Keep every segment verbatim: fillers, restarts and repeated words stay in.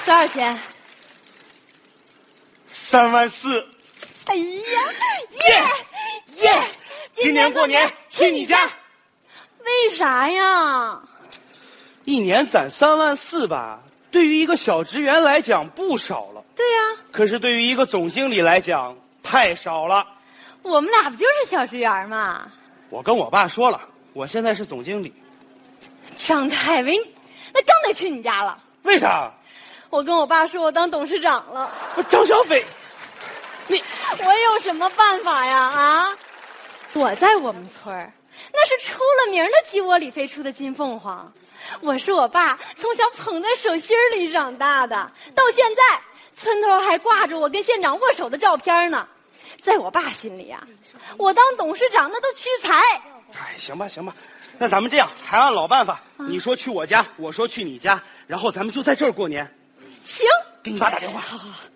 多少钱？ 三万四。 哎呀，耶耶！ 今年过年去你家。 为啥呀？ 一年攒三万四吧，对于一个小职员来讲不少了。 对呀、啊。 可是对于一个总经理来讲太少了。 我们俩不就是小职员吗？ 我跟我爸说了，我现在是总经理。 张太维，那更得去你家了。 为啥？ 我跟我爸说我当董事长了。 张小斐，你我有什么办法呀？啊，我在我们村儿那是出了名的鸡窝里飞出的金凤凰，我是我爸从小捧在手心里长大的，到现在村头还挂着我跟县长握手的照片呢。在我爸心里啊，我当董事长那都屈才。 哎，行吧行吧，那咱们这样，还按老办法，啊、你说去我家，我说去你家，然后咱们就在这儿过年。 行， 给你爸打电话。 好好好。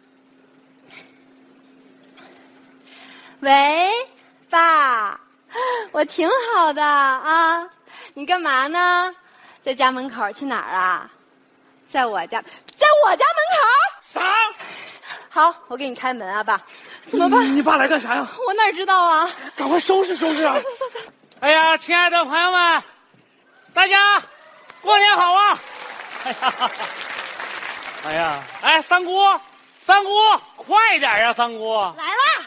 喂，爸，我挺好的啊，你干嘛呢？在家门口？去哪儿啊？在我家，在我家门口。 啥？ 好，我给你开门啊，爸。怎么办？ 你爸来干啥呀？ 我哪知道啊！ 赶快收拾收拾啊！ 哎呀，亲爱的朋友们，大家过年好啊！哎呀，哎呀，哎，三姑，三姑，快点呀、啊，三姑！ 来了，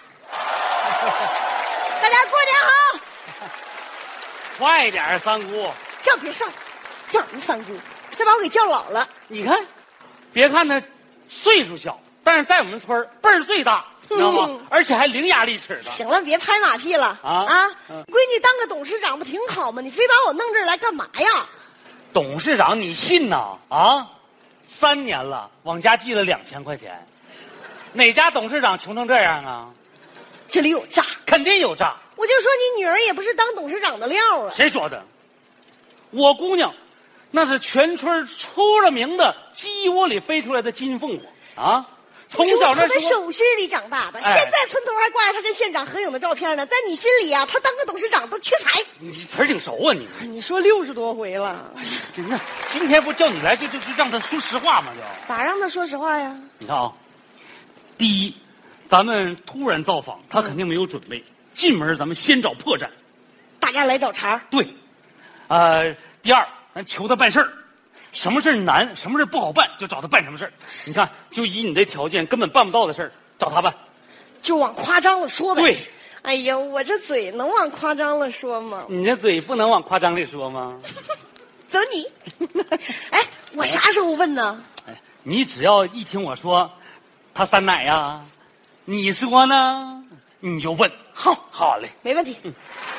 大家过年好！ 快点啊，三姑！ 叫别上，叫什么三姑？再把我给叫老了。 你看，别看他岁数小，但是在我们村辈儿最大。知道吗？嗯、而且还伶牙俐齿的。 行了，别拍马屁了啊啊！嗯、闺女当个董事长不挺好吗？你非把我弄这儿来干嘛呀？ 董事长，你信呐？啊，三年了，往家寄了两千块钱，哪家董事长穷成这样啊？ 这里有诈， 肯定有诈。 我就说你女儿也不是当董事长的料啊。 谁说的？我姑娘，那是全村出了名的鸡窝里飞出来的金凤凰啊！从小那在手心里长大的，哎、现在村头还挂着他跟县长合影的照片呢。在你心里啊，他当个董事长都缺才。 你词儿挺熟啊，你你说六十多回了。 哎呀，真的，今天不叫你来就就就让他说实话吗？就咋让他说实话呀？ 你看啊，第一，咱们突然造访，他肯定没有准备。进门咱们先找破绽， 大家来找茬。 对，呃，第二，咱求他办事儿。什么事儿难，什么事儿不好办，就找他办什么事儿。你看，就以你的条件，根本办不到的事儿，找他办， 就往夸张了说呗。 对， 哎呀，我这嘴能往夸张了说吗？ 你这嘴不能往夸张里说吗？ 走你！哎，我啥时候问呢？ 哎，你只要一听我说，他三奶呀，你说呢，你就问。 好， 好嘞， 没问题。 嗯、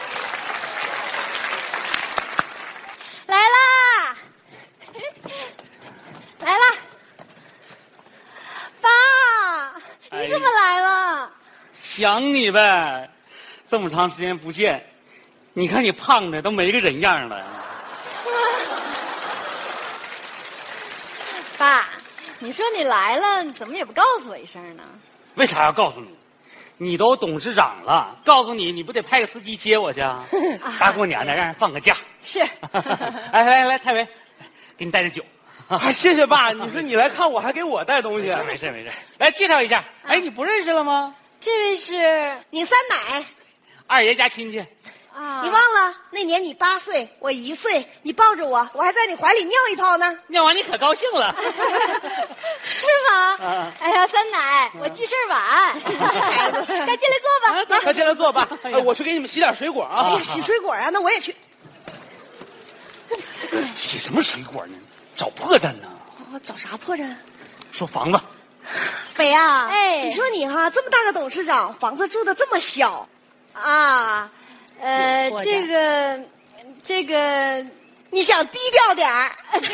来啦！来了，爸，你怎么来了？ 哎、想你呗，这么长时间不见，你看你胖的都没个人样了。 爸，你说你来了，你怎么也不告诉我一声呢？ 为啥要告诉你？你都董事长了，告诉你你不得派个司机接我去啊？大过年的，让人放个假。 是。 来来来，太维，给你带着酒。 啊，谢谢爸！你说你来看我，还给我带东西。 没事没事，来介绍一下。哎，你不认识了吗？ 这位是你三奶， 二爷家亲戚。 啊， 你忘了那年你八岁，我一岁，你抱着我，我还在你怀里尿一泡呢。 尿完你可高兴了， 是吗？ 啊、 哎呀，三奶，我记事儿晚，孩子，该进来坐吧。 走，快进来坐吧。哎，我去给你们洗点水果啊。 哎呀，洗水果啊，那我也去。 洗什么水果呢？找破绽呢？ 哦，找啥破绽？ 说房子。 斐啊， 哎， 你说你哈这么大个董事长，房子住的这么小， 啊，呃，这个，这个， 你想低调点儿？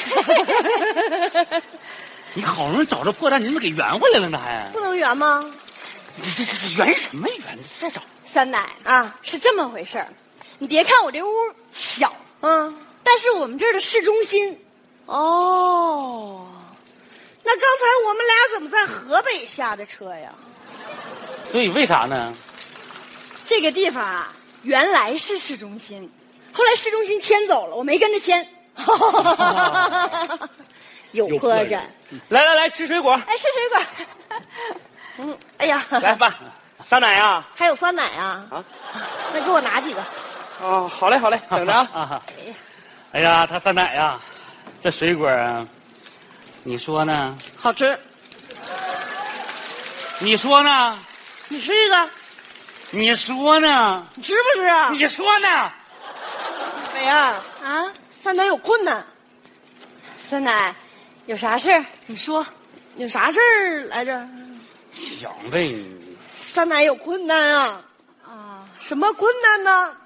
你好容易找着破绽，你怎么给圆回来了呢？还不能圆吗？ 你这这这圆什么圆？再找。 三奶啊， 是这么回事儿。你别看我这屋小， 嗯， 但是我们这儿的市中心。 哦，那刚才我们俩怎么在河北下的车呀？ 所以为啥呢？ 这个地方啊，原来是市中心，后来市中心迁走了，我没跟着迁。 有坡着。 来来来，吃水果。 哎，吃水果。 嗯，哎呀， 来爸，酸奶呀？ 还有酸奶啊？啊，那给我拿几个。 哦，好嘞好嘞，等着啊。 哎呀，他酸奶呀，这水果啊，你说呢？ 好吃。 你说呢？ 你吃一个。 你说呢？ 你吃不吃啊？ 你说呢？ 美啊啊， 酸奶有困难。 酸奶，有啥事儿你说。 有啥事儿来着？ 想呗你。 酸奶有困难啊。 啊， 什么困难呢？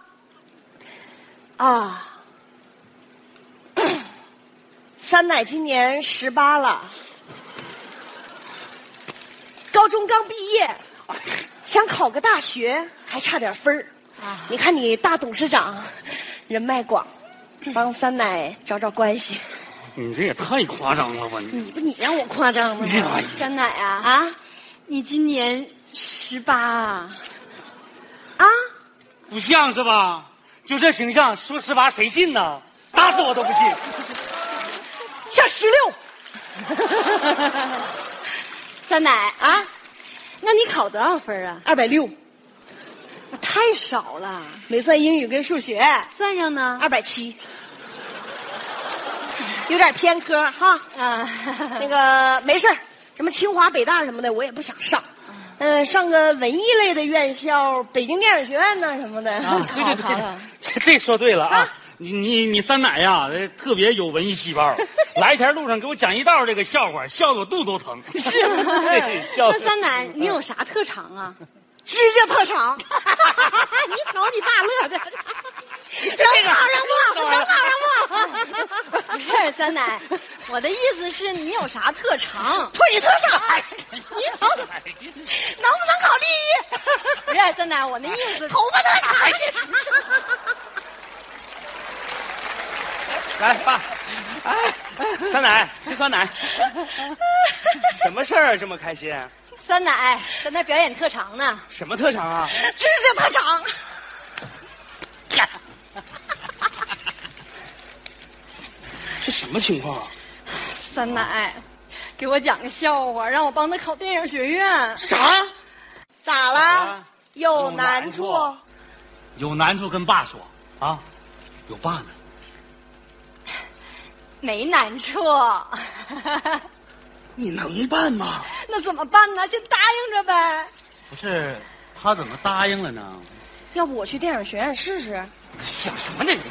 啊，酸奶今年十八了，高中刚毕业，想考个大学，还差点分儿。啊，你看你大董事长，人脉广，帮酸奶找找关系。 你这也太夸张了吧！ 你不你让我夸张吗？ 酸奶啊啊， 你今年十八啊？ 啊， 不像是吧？就这形象，说十八谁信呢？打死我都不信。 像十六。 酸奶啊， 那你考多少分啊？ 二百六， 太少了， 没算英语跟数学。 算上呢？ 二百七。有点偏科哈， 啊， 那个没事儿，什么清华北大什么的我也不想上，嗯、呃，上个文艺类的院校，北京电影学院呐什么的。 啊，对对对，这这说对了啊！啊你你你酸奶呀，特别有文艺细胞。来前路上给我讲一道这个笑话，笑得我肚子都疼。 是吗？那酸奶，你有啥特长啊？ 指甲特长。你瞅你爸乐的。能考上不？能考上不？ 不是酸奶，我的意思是你有啥特长？ 腿特长。你瞅，能不能考第一？ 不是酸奶，我那意思头发特长。 来爸，哎，酸奶吃酸奶。什么事儿啊？这么开心？ 酸奶在那表演特长呢。 什么特长啊？ 指甲特长。 这什么情况啊？ 酸奶，给我讲个笑话，让我帮他考电影学院。 啥？ 咋了？有难处？ 有难处跟爸说啊，有爸呢。 没难处。 你能办吗？ 那怎么办呢？先答应着呗。 不是，他怎么答应了呢？ 要不我去电影学院试试？ 想什么呢你？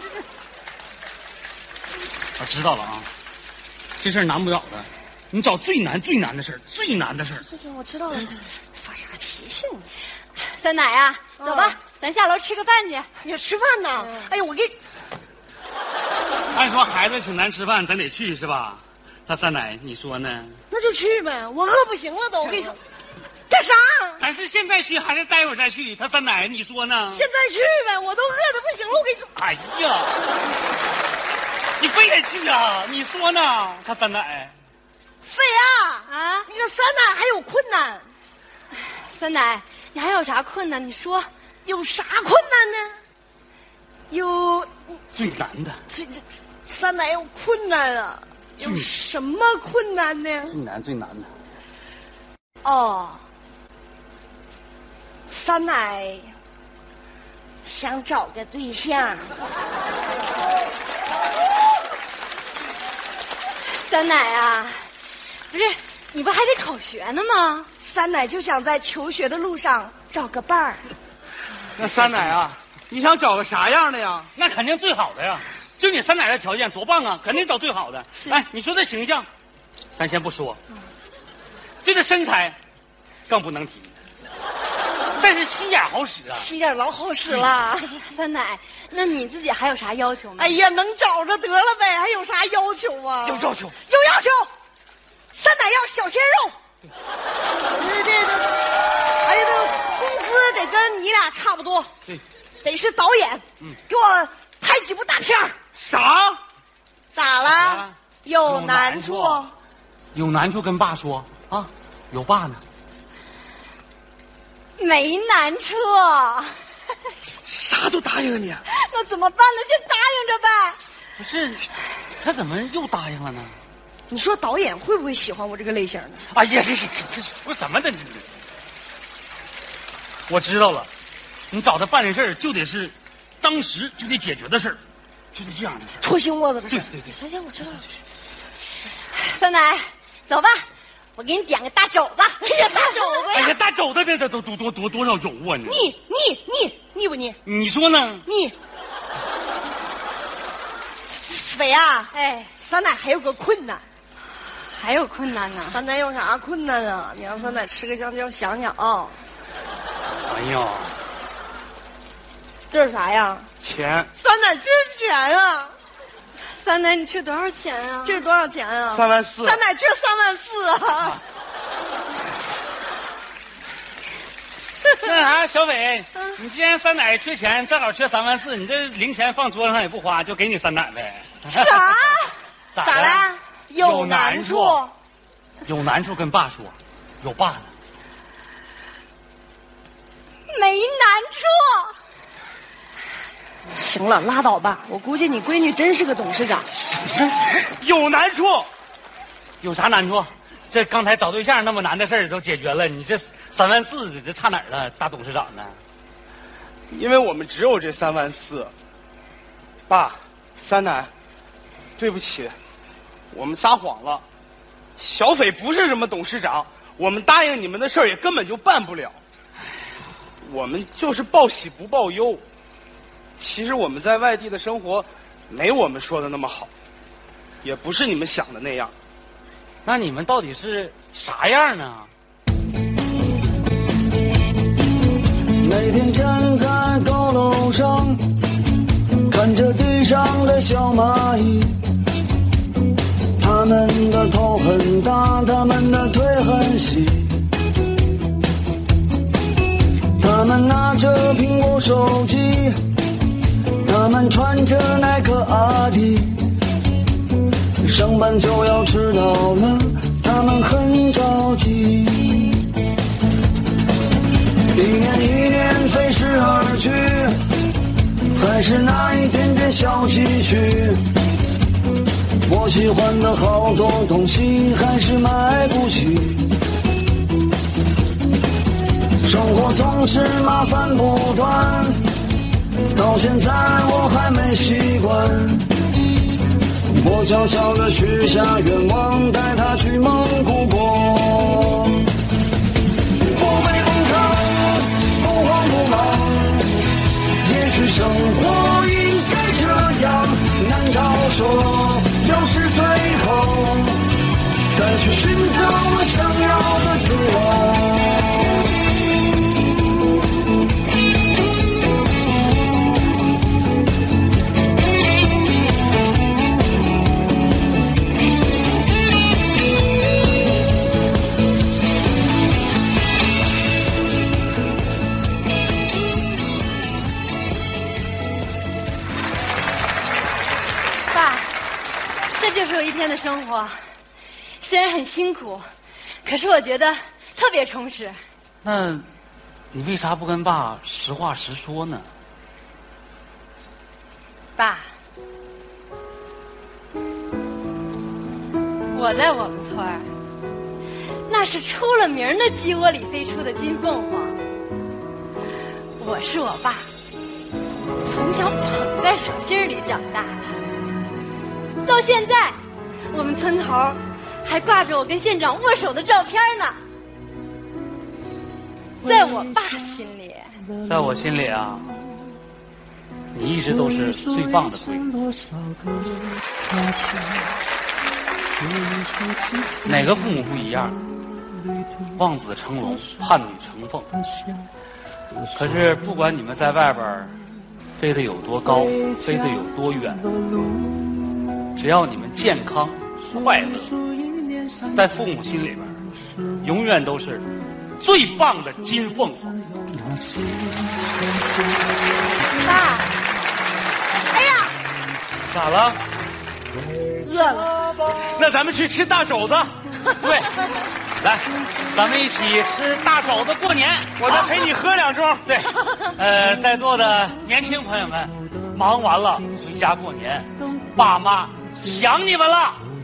我知道了啊，这事儿难不了的，你找最难最难的事儿，最难的事儿。 对对，我知道了。发啥脾气你？ 酸奶啊，走吧，嗯、咱下楼吃个饭去。 你吃饭呢？嗯、哎呀，我给。 按说孩子挺难吃饭，咱得去是吧？他酸奶，你说呢？ 那就去呗，我饿不行了都。我跟你说，干啥？ 咱是现在去还是待会儿再去？他酸奶，你说呢？ 现在去呗，我都饿得不行了。我跟你说， 哎呀，你非得去啊？你说呢？他酸奶， 飞啊啊！ 你这酸奶还有困难？ 酸奶，你还有啥困难？你说， 有啥困难呢？有最难的。 这这，酸奶有困难啊？有什么困难呢？ 最难最难的。 哦，酸奶想找个对象。 酸奶啊，不是你不还得考学呢吗？ 酸奶就想在求学的路上找个伴儿。 那酸奶啊，你想找个啥样的呀？ 那肯定最好的呀。就你酸奶的条件多棒啊，肯定找最好的。哎，你说这形象，咱先不说，就这身材，更不能提。但是心眼好使啊， 心眼老好使了。 酸奶，那你自己还有啥要求吗？ 哎呀，能找着得了呗，还有啥要求啊？ 有要求， 有要求。酸奶要小鲜肉。这这这，哎呀，这工资得跟你俩差不多。 对， 得是导演。嗯，给我拍几部大片儿。 啥？ 咋了？啊、有难处？ 有难处跟爸说啊，有爸呢。 没难处。 啥都答应了你？ 那怎么办呢？先答应着呗。 不是，他怎么又答应了呢？ 你说导演会不会喜欢我这个类型呢？ 哎呀，这是这是说什么呢？你我知道了，你找他办这事儿就得是当时就得解决的事儿，就得这样的事儿。 戳心窝子的事儿。 对对对， 行行，我知道了。 三奶，走吧，我给你点个大肘子。 哎呀，大肘子呀！ 哎呀，大肘子这这都多多多多少油啊！你腻腻腻腻不腻？ 你说呢？ 腻。伟啊， 哎， 三奶还有个困难。 还有困难呢？ 三奶有啥困难啊？你让三奶吃个香蕉想想啊。 哎呀， 这是啥呀？ 钱三奶，这是钱啊！ 三奶，你缺多少钱啊？ 这是多少钱啊？ 三万四。 三奶，这三万四啊！ 那啥，小伟，你既然三奶缺钱，正好缺三万四，你这零钱放桌上也不花，就给你三奶呗。 啥？ 咋咋了？有难处？ 有难处跟爸说，有爸呢。 没难处。 行了，拉倒吧。我估计你闺女真是个董事长。 有难处？ 有啥难处？这刚才找对象那么难的事儿都解决了，你这三万四这差哪儿了？大董事长呢？ 因为我们只有这三万四。爸，三奶，对不起，我们撒谎了。小斐不是什么董事长，我们答应你们的事儿也根本就办不了。我们就是报喜不报忧。其实我们在外地的生活，没我们说的那么好，也不是你们想的那样。 那你们到底是啥样呢？ 每天站在高楼上，看着地上的小蚂蚁，它们的头很大，它们的腿很细，它们拿着苹果手机，他们穿着耐克阿迪，上班就要迟到了，他们很着急。一年一年飞逝而去，还是那一点点小积蓄。我喜欢的好多东西还是买不起，生活总是麻烦不断，到现在我还没习惯。我悄悄地许下愿望，带他去蒙古国。不卑不亢，不慌不忙，也许生活应该这样。难道说，要是最后再去寻找我想要的自我？ 就是有一天的生活，虽然很辛苦，可是我觉得特别充实。 那，你为啥不跟爸实话实说呢？ 爸，我在我们村儿，那是出了名的鸡窝里飞出的金凤凰。我是我爸从小捧在手心里长大的。到现在，我们村头还挂着我跟县长握手的照片呢。在我爸心里， 在我心里啊，你一直都是最棒的闺女。哪个父母不一样？望子成龙，盼女成凤。可是不管你们在外边飞得有多高，飞得有多远，只要你们健康快乐，在父母心里边永远都是最棒的金凤凰。 爸，哎呀， 咋了？ 饿了。 那咱们去吃大肘子。 对，来，咱们一起吃大肘子过年。 我再陪你喝两盅。 对，呃，在座的年轻朋友们，忙完了回家过年，爸妈想你们了。